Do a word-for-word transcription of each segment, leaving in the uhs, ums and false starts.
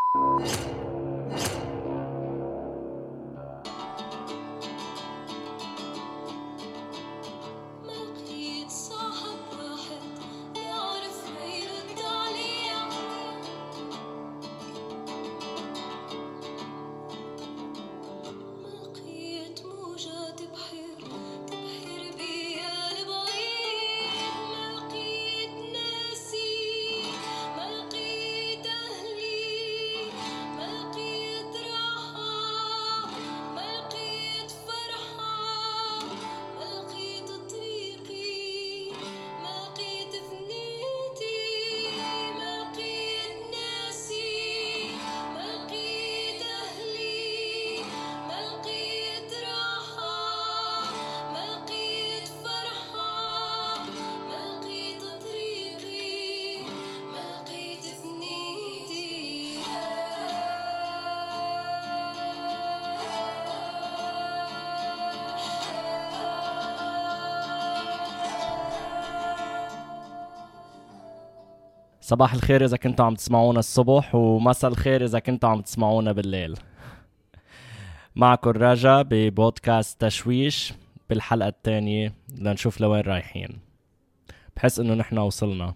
صباح الخير إذا كنتوا عم تسمعونا الصبح، ومساء الخير إذا كنتوا عم تسمعونا بالليل. معكم رجا ببودكاست تشويش بالحلقة الثانية لنشوف لوين رايحين. بحس إنه نحنا وصلنا.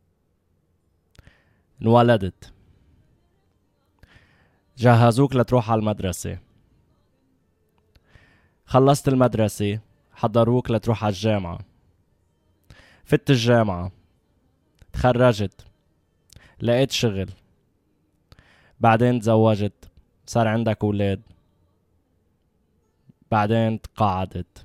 انولدت، جهزوك لتروح على المدرسة، خلصت المدرسة حضروك لتروح على الجامعة، فت الجامعة، تخرجت، لقيت شغل، بعدين تزوجت، صار عندك أولاد، بعدين تقاعدت،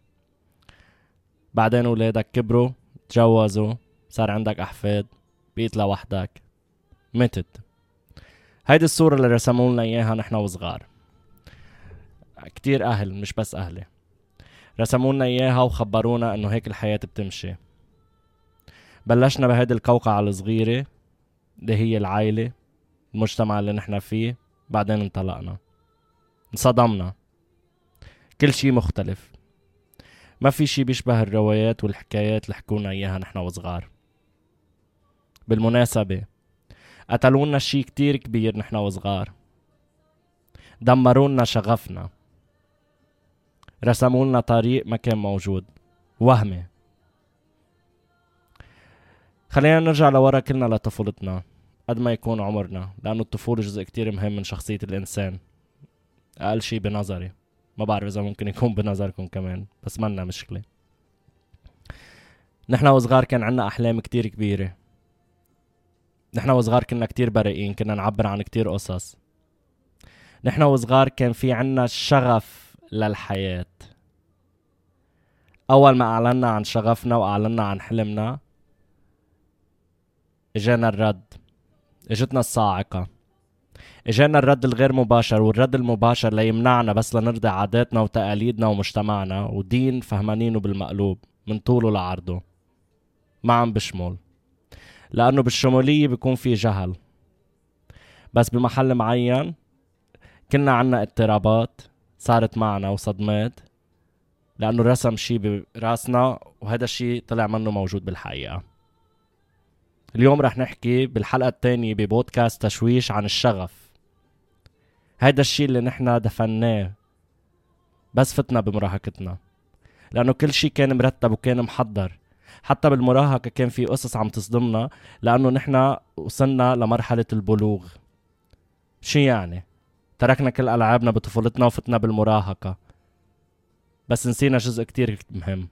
بعدين أولادك كبروا، تجوزوا، صار عندك أحفاد، بقيت لوحدك، متت. هيدي الصورة اللي رسموا لنا إياها نحن وصغار. كتير أهل، مش بس أهلي، رسموا لنا إياها وخبرونا إنه هيك الحياة بتمشي. بلشنا بهيدي القوقعة الصغيرة اللي هي العائلة، المجتمع اللي نحن فيه، بعدين انطلقنا، انصدمنا، كل شي مختلف، ما في شي بيشبه الروايات والحكايات اللي حكونا اياها نحن وصغار. بالمناسبة قتلونا شي كتير كبير نحن وصغار، دمرونا شغفنا، رسمولنا طريق ما كان موجود، وهمي. خلينا نرجع لورا كلنا لطفولتنا قد ما يكون عمرنا، لأنه الطفولة جزء كتير مهم من شخصية الإنسان، أقل شي بنظري، ما بعرف إذا ممكن يكون بنظركم كمان، بس منا مشكلة. نحنا وصغار كان عنا أحلام كتير كبيرة، نحنا وصغار كنا كتير بريئين، كنا نعبر عن كتير قصص، نحنا وصغار كان في عنا شغف للحياة. أول ما أعلنا عن شغفنا وأعلنا عن حلمنا إجانا الرد، إجتنا الصاعقة، إجانا الرد الغير مباشر، والرد المباشر ليمنعنا بس لنرضي عاداتنا وتقاليدنا ومجتمعنا ودين فهمانينه بالمقلوب من طوله لعرضه، ما عم بشمل، لأنه بالشمولية بيكون في جهل، بس بمحل معين كنا عنا اضطرابات صارت معنا وصدمات، لأنه رسم شي براسنا وهذا الشي طلع منه موجود بالحقيقة. اليوم رح نحكي بالحلقة الثانية ببودكاست تشويش عن الشغف، هيدا الشي اللي نحنا دفناه بس فتنا بمراهقتنا، لأنه كل شي كان مرتب وكان محضر. حتى بالمراهقة كان في قصص عم تصدمنا، لأنه نحنا وصلنا لمرحلة البلوغ. شي يعني تركنا كل ألعابنا بطفولتنا وفتنا بالمراهقة، بس نسينا جزء كتير مهم.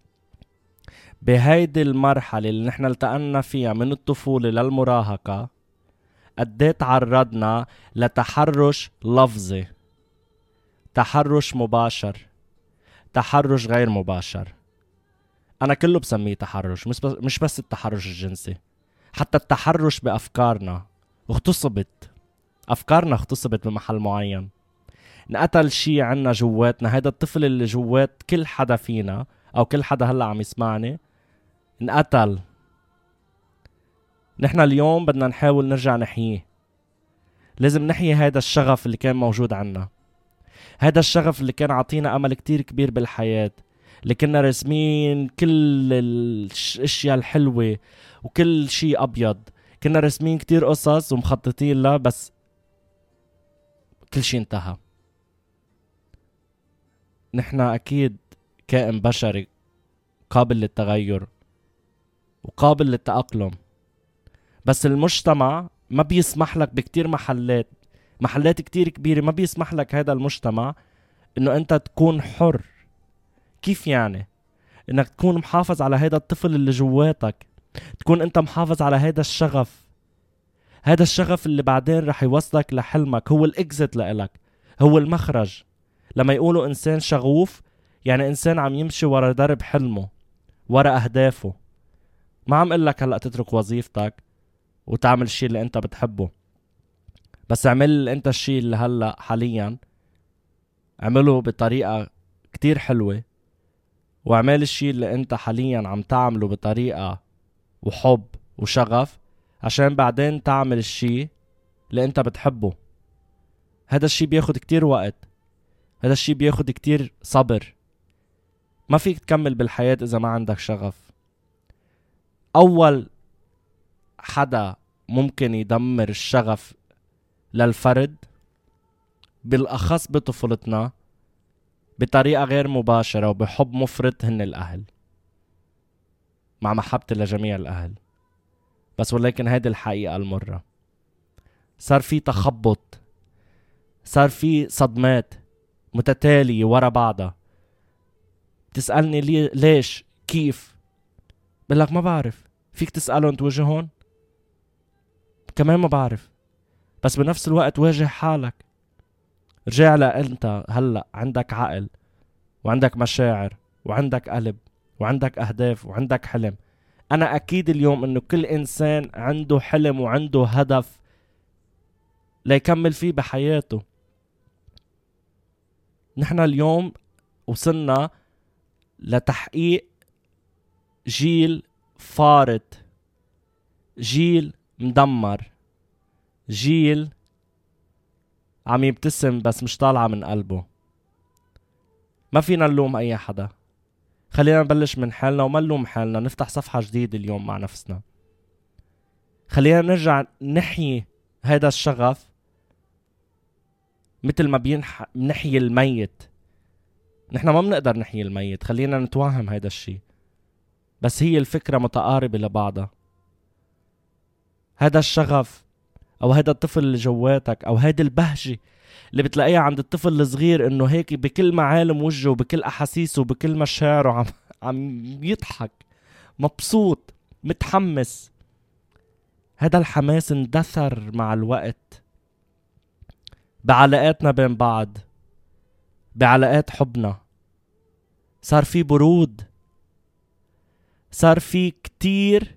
بهيدي المرحلة اللي نحنا التقلنا فيها من الطفولة للمراهقة قديه تعرضنا لتحرش لفظي، تحرش مباشر، تحرش غير مباشر. أنا كله بسميه تحرش، مش بس, مش بس التحرش الجنسي، حتى التحرش بأفكارنا اغتصبت، أفكارنا اغتصبت بمحل معين، نقتل شي عنا جواتنا. هيدا الطفل اللي جوات كل حدا فينا أو كل حدا هلأ عم يسمعني انقتل. نحنا اليوم بدنا نحاول نرجع نحييه، لازم نحيي هيدا الشغف اللي كان موجود عنا، هيدا الشغف اللي كان عطينا أمل كتير كبير بالحياة، اللي كنا رسمين كل الاشياء الحلوة وكل شيء أبيض، كنا رسمين كتير قصص ومخططين له، بس كل شي انتهى. نحن أكيد كائن بشري قابل للتغير وقابل للتأقلم، بس المجتمع ما بيسمح لك بكتير محلات محلات كتير كبيرة ما بيسمح لك هذا المجتمع انه انت تكون حر. كيف يعني؟ انك تكون محافظ على هذا الطفل اللي جواتك، تكون انت محافظ على هذا الشغف، هذا الشغف اللي بعدين رح يوصلك لحلمك، هو الاكزت لإلك، هو المخرج. لما يقولوا انسان شغوف يعني انسان عم يمشي ورا درب حلمه، ورا اهدافه. ما عم قلك هلأ تترك وظيفتك وتعمل الشيء اللي انت بتحبه، بس اعمل انت الشيء اللي هلأ حاليا اعمله بطريقة كتير حلوة، واعمل الشيء اللي انت حاليا عم تعمله بطريقة وحب وشغف، عشان بعدين تعمل الشيء اللي انت بتحبه. هذا الشيء بياخد كتير وقت، هذا الشيء بياخد كتير صبر. ما فيك تكمل بالحياة اذا ما عندك شغف. اول حدا ممكن يدمر الشغف للفرد بالاخص بطفولتنا بطريقة غير مباشرة وبحب مفرط هن الاهل، مع محبتي لجميع الاهل، بس ولكن هذه الحقيقة المرة. صار في تخبط، صار في صدمات متتالية ورا بعضها. تسألني لي ليش كيف؟ بقولك ما بعرف. فيك تسألهم توجهون؟ كمان ما بعرف. بس بنفس الوقت واجه حالك. رجع لأنت هلأ عندك عقل وعندك مشاعر وعندك قلب وعندك أهداف وعندك حلم. أنا أكيد اليوم إنه كل إنسان عنده حلم وعنده هدف ليكمل فيه بحياته. نحن اليوم وصلنا لتحقيق جيل فارط، جيل مدمر، جيل عم يبتسم بس مش طالعة من قلبه. ما فينا نلوم أي حدا. خلينا نبلش من حالنا وما نلوم حالنا، نفتح صفحة جديدة اليوم مع نفسنا. خلينا نرجع نحيي هذا الشغف مثل ما بينح... بنحيي الميت. نحن ما بنقدر نحيي الميت، خلينا نتوهم هذا الشيء، بس هي الفكرة متقاربة لبعضها. هذا الشغف او هذا الطفل اللي جواتك او هذه البهجة اللي بتلاقيها عند الطفل الصغير، انه هيك بكل معالم وجهه وبكل احاسيسه وبكل مشاعره عم عم يضحك مبسوط متحمس. هذا الحماس اندثر مع الوقت بعلاقاتنا بين بعض، بعلاقات حبنا. صار في برود، صار في كتير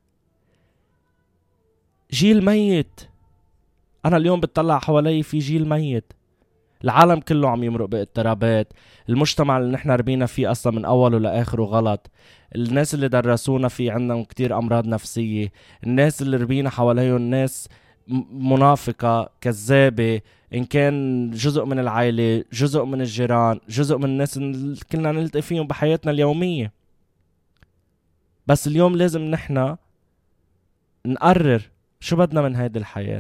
جيل ميت. أنا اليوم بتطلع حوالي في جيل ميت. العالم كله عم يمرق باضطرابات. المجتمع اللي نحن ربينا فيه أصلا من أوله لآخره غلط. الناس اللي درسونا فيه عندهم كتير أمراض نفسية. الناس اللي ربينا حواليهم ناس منافقة كذابة، إن كان جزء من العائلة، جزء من الجيران، جزء من الناس اللي كلنا نلتقي فيهم بحياتنا اليومية. بس اليوم لازم نحن نقرر شو بدنا من هيدي الحياة.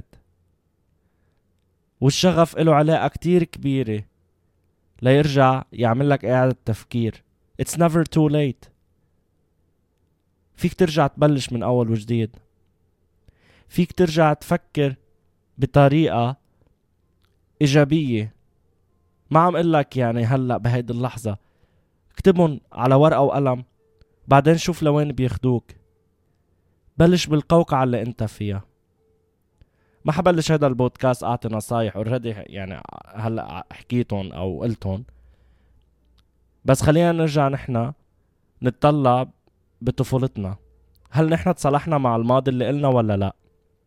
والشغف له علاقة كتير كبيرة ليرجع يعمل لك إعادة تفكير. It's never too late. فيك ترجع تبلش من أول وجديد. فيك ترجع تفكر بطريقة إيجابية. ما عم قلك يعني هلأ بهيدي اللحظة اكتبهم على ورقة وقلم، بعدين شوف لوين بياخدوك. بلش بالقوقعة اللي انت فيها. ما حبلش هذا البودكاست اعطي نصايح اوريدي، يعني هلا حكيتهم او قلتهم، بس خلينا نرجع نحن نتطلع بطفولتنا. هل نحن تصالحنا مع الماضي اللي قلنا ولا لا؟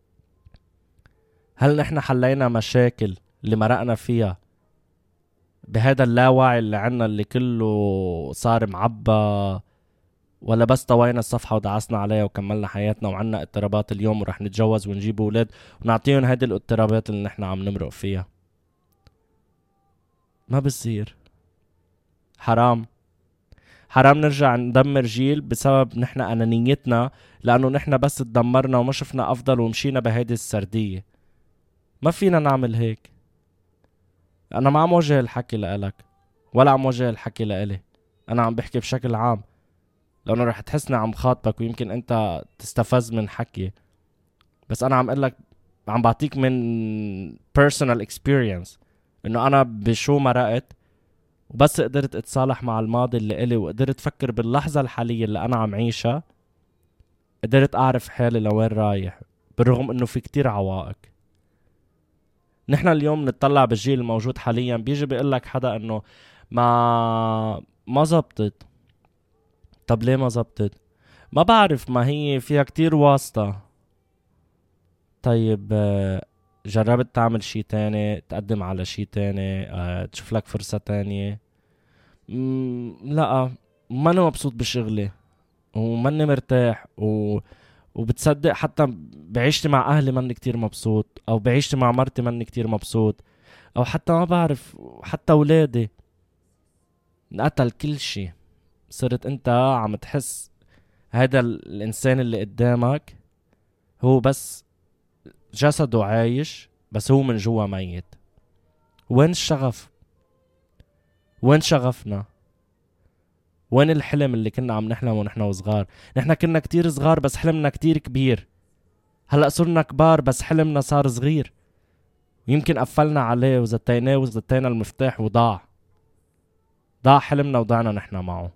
هل نحن حلينا مشاكل اللي مرقنا فيها بهذا اللاوعي اللي عنا اللي كله صار معبى، ولا بس طوينا الصفحة ودعسنا عليها وكملنا حياتنا وعنا اضطرابات اليوم ورح نتجوز ونجيب أولاد ونعطيهم هيدي الاضطرابات اللي نحن عم نمرق فيها؟ ما بصير. حرام حرام نرجع ندمر جيل بسبب نحن أنانيتنا، لأنه نحن بس تدمرنا وما شفنا أفضل ومشينا بهيدي السردية. ما فينا نعمل هيك. انا ما عم وجه الحكي لإلك ولا عم وجه الحكي لإلي، انا عم بحكي بشكل عام، لانه رح تحسني عم خاطبك ويمكن انت تستفز من حكي، بس انا عم اقلك، عم بعطيك من personal experience انه انا بشو مرقت، وبس قدرت اتصالح مع الماضي اللي إلي وقدرت افكر باللحظة الحالية اللي انا عم عيشها، قدرت اعرف حالي لوين رايح، بالرغم انه في كتير عوائق. نحن اليوم نتطلع بالجيل الموجود حاليا، بيجي بيقلك حدا انه ما ما زبطت. طب ليه ما زبطت؟ ما بعرف، ما هي فيها كتير واسطة. طيب آه، جربت تعمل شي تاني، تقدم على شي تاني، أه تشوف لك فرصة تانية؟ مم لا، ماني مبسوط بشغلي وماني مرتاح و... وبتصدق حتى بعيشتي مع اهلي ماني كتير مبسوط، او بعيشتي مع مرتي ماني كتير مبسوط، او حتى ما بعرف حتى ولادي. انقتل كل شي. صرت انت عم تحس هذا الانسان اللي قدامك هو بس جسده عايش، بس هو من جوا ميت. وين الشغف؟ وين شغفنا؟ وين الحلم اللي كنا عم نحلمه ونحن وصغار؟ نحن كنا كتير صغار بس حلمنا كتير كبير. هلأ صرنا كبار بس حلمنا صار صغير، يمكن قفلنا عليه وزتيناه وزتينا المفتاح وضاع. ضاع حلمنا وضعنا نحن معه.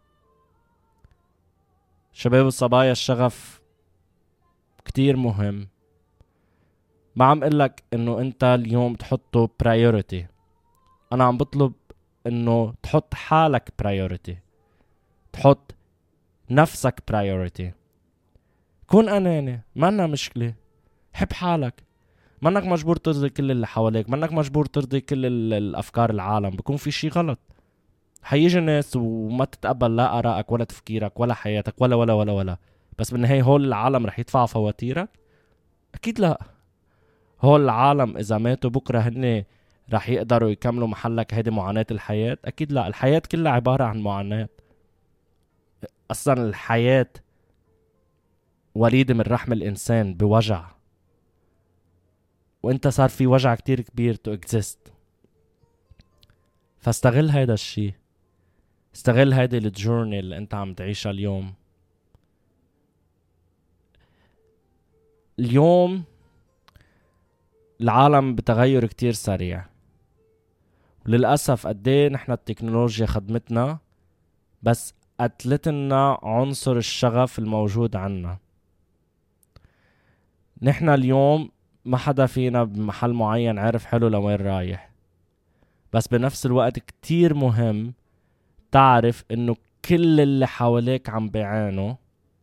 شباب الصبايا، الشغف كتير مهم. ما عم قلك انه انت اليوم تحطه priority، انا عم بطلب انه تحط حالك priority، تحط نفسك priority. كون اناني، مانا مشكلة. حب حالك، منك مجبور ترضي كل اللي حواليك، منك مجبور ترضي كل ال- الافكار العالم. بكون في شي غلط، حيجي ناس وما تتقبل لا ارائك ولا تفكيرك ولا حياتك ولا ولا ولا ولا بس بالنهاية هول العالم رح يدفعوا فواتيرك؟ اكيد لا. هول العالم اذا ماتوا بكره هن رح يقدروا يكملوا محلك هيدي معاناة الحياة؟ اكيد لا. الحياة كلها عبارة عن معاناة. اصلا الحياة وليدة من رحم الانسان بوجع، وانت صار في وجع كتير كبير to exist. فاستغل هيدا الشي، استغل هيدي الجورني اللي انت عم تعيشها اليوم. اليوم العالم بتغير كتير سريع، وللأسف قديه نحن التكنولوجيا خدمتنا بس قتلتنا عنصر الشغف الموجود عنا. نحن اليوم ما حدا فينا بمحل معين عارف حلو لوين رايح، بس بنفس الوقت كتير مهم تعرف انه كل اللي حواليك عم بيعانوا،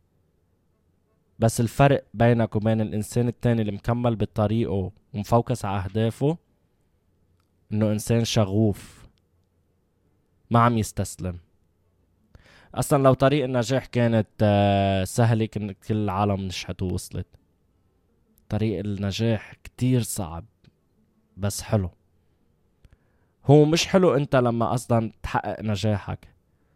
بس الفرق بينك وبين الانسان التاني اللي مكمل بطريقه ومفوكس على اهدافه انه انسان شغوف ما عم يستسلم. اصلا لو طريق النجاح كانت آه، سهلة كان كل العالم نجحت ووصلت. طريق النجاح كتير صعب بس حلو. هو مش حلو انت لما اصلا تحقق نجاحك،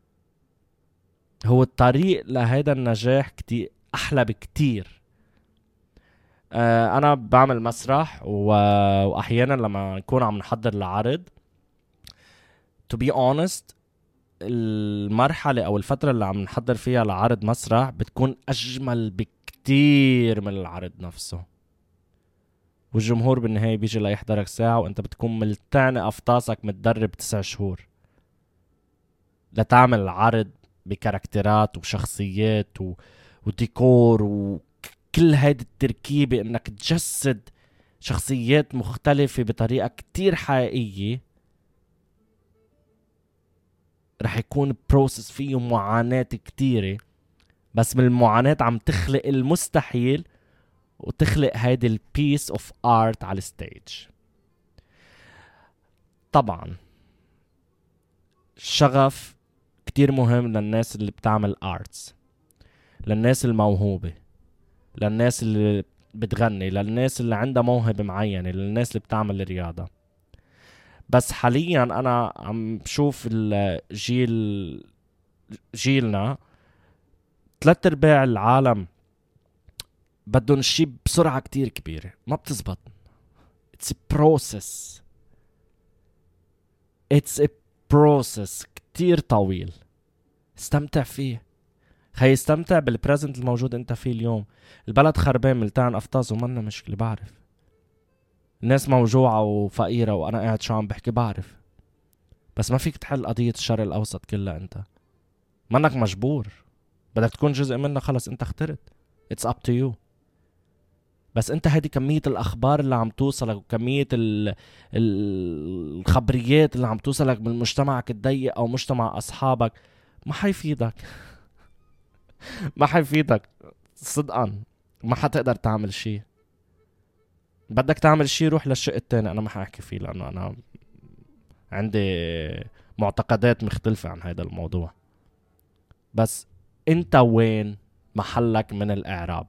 هو الطريق لهيدا النجاح كتير احلى بكتير. آه انا بعمل مسرح و... واحيانا لما نكون عم نحضر لعرض to be honest المرحلة او الفترة اللي عم نحضر فيها لعرض مسرح بتكون اجمل بكتير من العرض نفسه. والجمهور بالنهاية بيجي ليحضرك ساعة وانت بتكون ملتعني افطاسك متدرب تسع شهور لتعمل عرض بكاركترات وشخصيات و... وديكور وكل هيدي التركيبة انك تجسد شخصيات مختلفة بطريقة كتير حقيقية. رح يكون بروسس فيه معاناة كتيرة، بس من المعاناة عم تخلق المستحيل وتخلق هيدي البيس اوف ارت على الستيج. طبعا الشغف كتير مهم للناس اللي بتعمل ارتس، للناس الموهوبة، للناس اللي بتغني، للناس اللي عندها موهبة معينة، للناس اللي بتعمل رياضة. بس حاليا انا عم بشوف الجيل جيلنا ثلاث ارباع العالم بدهم الشي بسرعة كتير كبيرة، ما بتزبط. It's a process. it's a process كتير طويل. استمتع فيه. خي استمتع بالبريزنت الموجود انت فيه اليوم. البلد خربان ملتان افطاس ومنا مشكلة، بعرف. الناس موجوعة وفقيرة وانا قاعد شو عم بحكي، بعرف. بس ما فيك تحل قضية الشرق الاوسط كلها انت، منك مجبور. بدك تكون جزء منها، خلص انت اخترت. it's up to you. بس انت هذه كمية الاخبار اللي عم توصلك وكمية ال... الخبريات اللي عم توصلك من مجتمعك الضيق او مجتمع اصحابك ما حيفيدك. ما حيفيدك صدقا. ما حتقدر تعمل شيء. بدك تعمل شيء روح للشق التاني، انا ما حاحكي فيه لانه انا عندي معتقدات مختلفة عن هذا الموضوع. بس انت وين محلك من الاعراب؟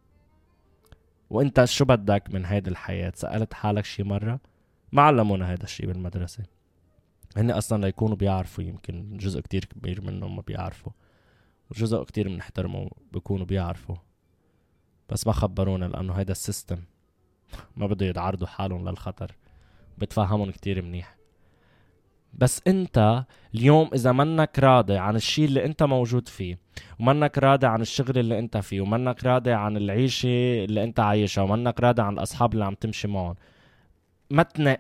وانت شو بدك من هيدي الحياة؟ سألت حالك شي مرة؟ ما علمونا هيدا الشي بالمدرسة. هن اصلا ليكونوا بيعرفوا، يمكن جزء كتير كبير منهم ما بيعرفوا، وجزء كتير بنحترمه بيكونوا بيعرفوا، بس ما خبرونا لانه هيدا السيستم ما بده يتعرضوا حالهم للخطر. بتفهمون كتير منيح. بس انت اليوم اذا منك راضي عن الشيء اللي انت موجود فيه، ومنك راضي عن الشغل اللي انت فيه، ومنك راضي عن العيشة اللي انت عايشها، ومنك راضي عن الاصحاب اللي عم تمشي معهم، ما تنق.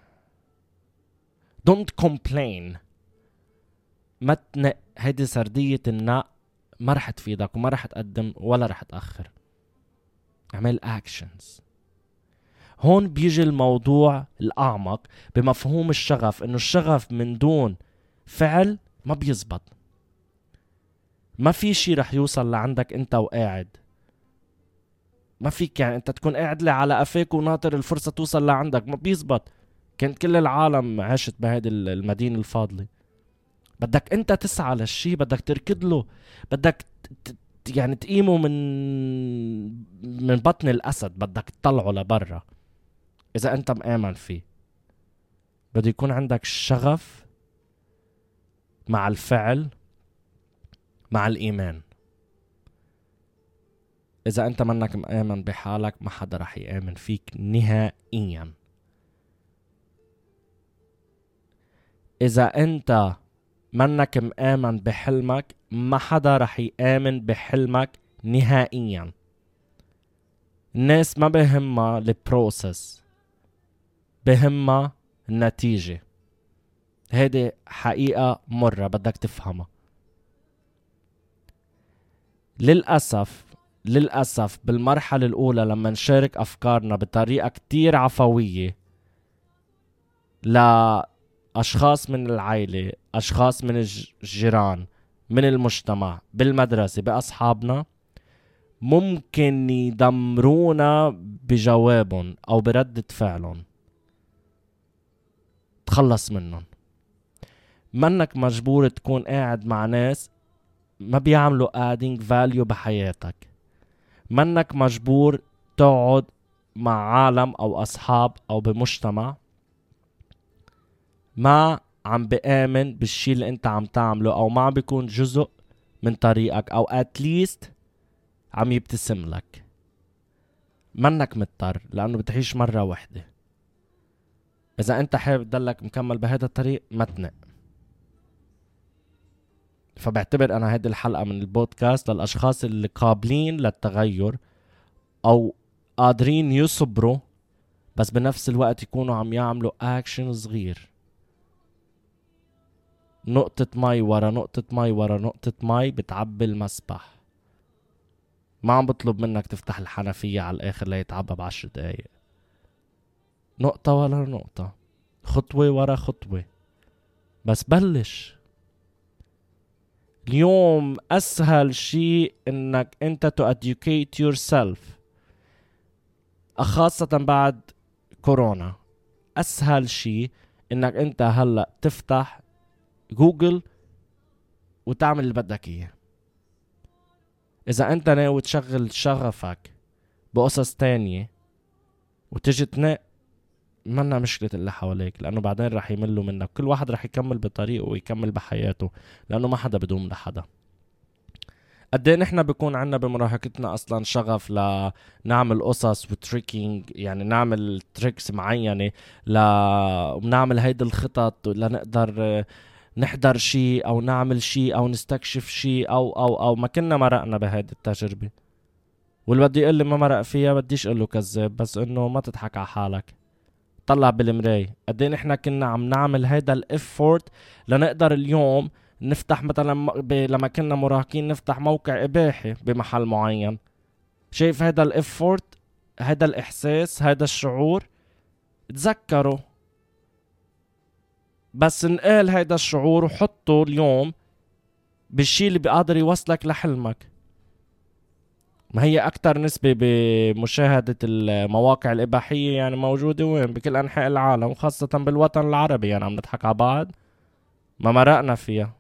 don't complain. ما تنق. هيدي سردية النق ما رح تفيدك وما رح تقدم ولا رح تأخر. اعمل actions. هون بيجي الموضوع الأعمق بمفهوم الشغف، إنه الشغف من دون فعل ما بيزبط. ما في شي رح يوصل لعندك أنت وقاعد. ما فيك يعني أنت تكون قاعد لي على قفاك وناطر الفرصة توصل لعندك، ما بيزبط. كانت كل العالم عاشت بهذه المدينة الفاضلة. بدك أنت تسعى للشي، بدك تركض له، بدك يعني تقيمه من من بطن الأسد، بدك تطلعه لبرا. إذا أنت مآمن فيه بده يكون عندك الشغف مع الفعل مع الإيمان. إذا أنت منك مآمن بحالك ما حدا رح يآمن فيك نهائيا. إذا أنت منك مآمن بحلمك ما حدا رح يآمن بحلمك نهائيا. الناس ما بهمها البروسس، بهمها النتيجة. هيدي حقيقة مرة بدك تفهمها. للأسف للأسف بالمرحلة الأولى لما نشارك أفكارنا بطريقة كتير عفوية لأشخاص من العائلة، أشخاص من الجيران، من المجتمع، بالمدرسة، بأصحابنا، ممكن يدمرونا بجوابهم أو بردة فعلهم. تخلص منهم. منك مجبور تكون قاعد مع ناس ما بيعملوا adding value بحياتك. منك مجبور تقعد مع عالم أو أصحاب أو بمجتمع ما عم بآمن بالشي اللي انت عم تعمله أو ما عم بيكون جزء من طريقك أو at least عم يبتسم لك. منك مضطر لأنه بتعيش مرة واحدة. إذا أنت حابب تضلك مكمل بهذا الطريق ما تنق. فبعتبر أنا هذه الحلقة من البودكاست للأشخاص اللي قابلين للتغير أو قادرين يصبروا، بس بنفس الوقت يكونوا عم يعملوا أكشن صغير. نقطة مي ورا نقطة مي ورا نقطة مي بتعبي المسبح. ما عم بطلب منك تفتح الحنفية على الآخر ليتعبى بعشر دقايق. نقطة ورا نقطة، خطوة ورا خطوة، بس بلش. اليوم أسهل شيء إنك أنت to educate yourself، خاصة بعد كورونا. أسهل شيء إنك أنت هلأ تفتح جوجل وتعمل اللي بدك إياه. إذا أنت ناوي تشغل شغفك بقصص تانية وتجي تنق، منا مشكلة اللي حواليك، لأنه بعدين رح يملوا منك. كل واحد رح يكمل بطريقه ويكمل بحياته، لأنه ما حدا بدوم لحدا. قد ايه نحن بيكون عنا بمراهقتنا اصلا شغف لنعمل قصص وتريكينج، يعني نعمل تريكس معينة لنعمل هيدي الخطط لنقدر نحضر شيء او نعمل شيء او نستكشف شيء او او او ما كنا مرقنا بهيدي التجربة. واللي بده يقول لي ما مرق فيها بديش اقول له كذاب، بس انه ما تضحك على حالك، طلع بالمراية قد ايه نحن كنا عم نعمل هيدا الافورت لنقدر اليوم نفتح مثلا ب... لما كنا مراهقين نفتح موقع اباحي بمحل معين. شايف هيدا الافورت، هيدا الاحساس، هيدا الشعور، تذكروا بس نقال هيدا الشعور وحطه اليوم بالشي اللي بيقدر يوصلك لحلمك. ما هي اكتر نسبة بمشاهدة المواقع الاباحية يعني موجودة وين؟ بكل انحاء العالم وخاصة بالوطن العربي. يعني عم نضحك على بعض، ما مرقنا فيها.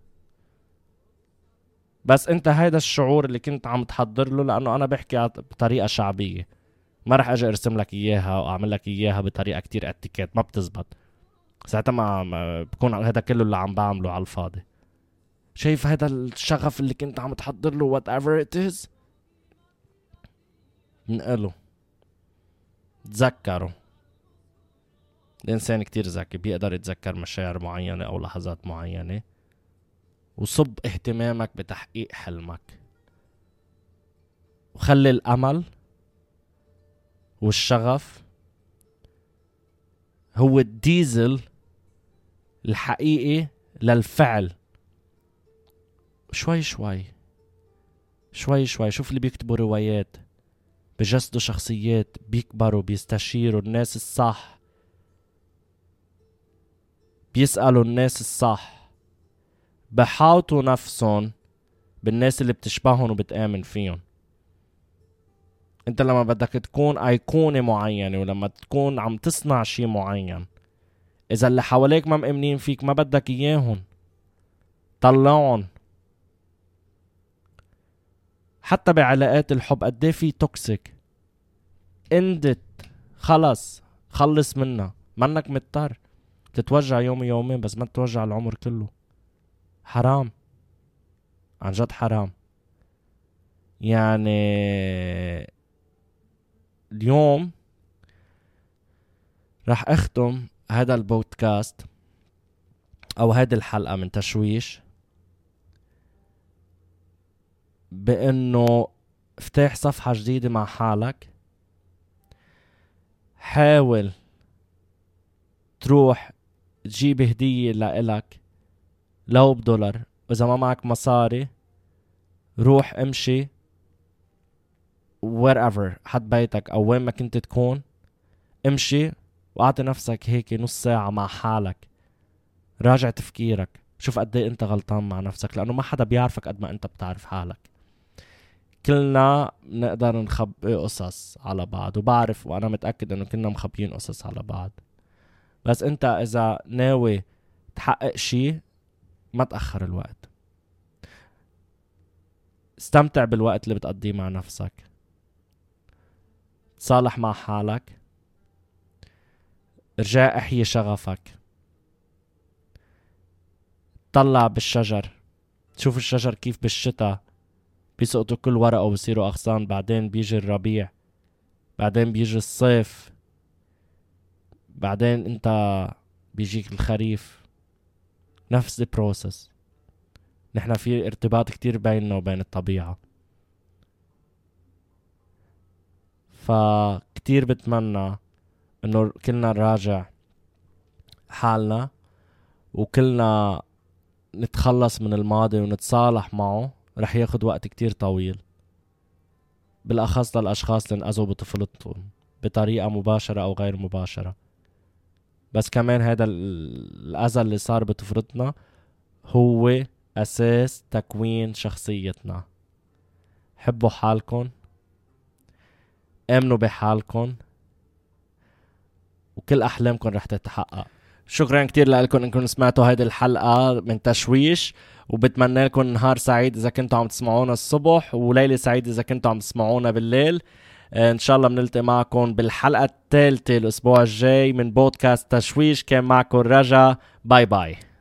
بس انت هيدا الشعور اللي كنت عم تحضر له، لانه انا بحكي بطريقة شعبية، ما رح اجي ارسم لك اياها واعمل لك اياها بطريقة كتير اتيكيت، ما بتزبط ساعتها، ما بكون هذا كله اللي عم بعمله على الفاضي. شايف هذا الشغف اللي كنت عم تحضر له whatever it is، نقله تذكره. الانسان كتير ذكي، بيقدر يتذكر مشاعر معينة او لحظات معينة، وصب اهتمامك بتحقيق حلمك، وخلي الامل والشغف هو الديزل الحقيقي للفعل. شوي شوي شوي شوي شوف اللي بيكتبوا روايات، بجسدوا شخصيات، بيكبروا، بيستشيروا الناس الصح، بيسألوا الناس الصح، بحاوطوا نفسهم بالناس اللي بتشبههم وبتآمن فيهم. انت لما بدك تكون ايقونة معينة ولما تكون عم تصنع شي معين، اذا اللي حواليك ما مأمنين فيك ما بدك اياهم، طلعون. حتى بعلاقات الحب قد ايه في توكسيك، اندت خلص، خلص منها، منك مضطر تتوجع يوم يومين بس ما تتوجع العمر كله. حرام، عن جد حرام. يعني اليوم رح اختم هذا البودكاست او هذه الحلقة من تشويش بانه افتح صفحة جديدة مع حالك. حاول تروح تجيب هدية لإلك لو بدولار، واذا ما معك مصاري روح امشي wherever، حد بيتك او وين ما كنت تكون، امشي واعطي نفسك هيك نص ساعة مع حالك، راجع تفكيرك، شوف قد ايه انت غلطان مع نفسك، لانه ما حدا بيعرفك قد ما انت بتعرف حالك. كلنا نقدر نخبي قصص على بعض، وبعرف وانا متأكد انه كنا مخبيين قصص على بعض، بس انت اذا ناوي تحقق شي ما تأخر الوقت. استمتع بالوقت اللي بتقضيه مع نفسك، تصالح مع حالك، ارجع احيي شغفك، طلع بالشجر، شوف الشجر كيف بالشتاء بيسقطوا كل ورقه وبصيروا اغصان، بعدين بيجي الربيع، بعدين بيجي الصيف، بعدين انت بيجيك الخريف. نفس البروسس، نحن في ارتباط كتير بيننا وبين الطبيعة. فكتير بتمنى انه كلنا نراجع حالنا وكلنا نتخلص من الماضي ونتصالح معه. رح ياخد وقت كتير طويل، بالاخص للاشخاص اللي انأذوا بطفولتهم بطريقة مباشرة او غير مباشرة. بس كمان هذا الاذى اللي صار بطفولتنا هو اساس تكوين شخصيتنا. حبوا حالكم، امنوا بحالكم، وكل احلامكم رح تتحقق. شكرا كتير لكم انكم سمعتوا هيدي الحلقة من تشويش، وبتمنى لكم نهار سعيد اذا كنتوا عم تسمعونا الصبح، وليلة سعيد اذا كنتوا عم تسمعونا بالليل. ان شاء الله بنلتقي معكم بالحلقة الثالثة الاسبوع الجاي من بودكاست تشويش. كان معكم رجا، باي باي.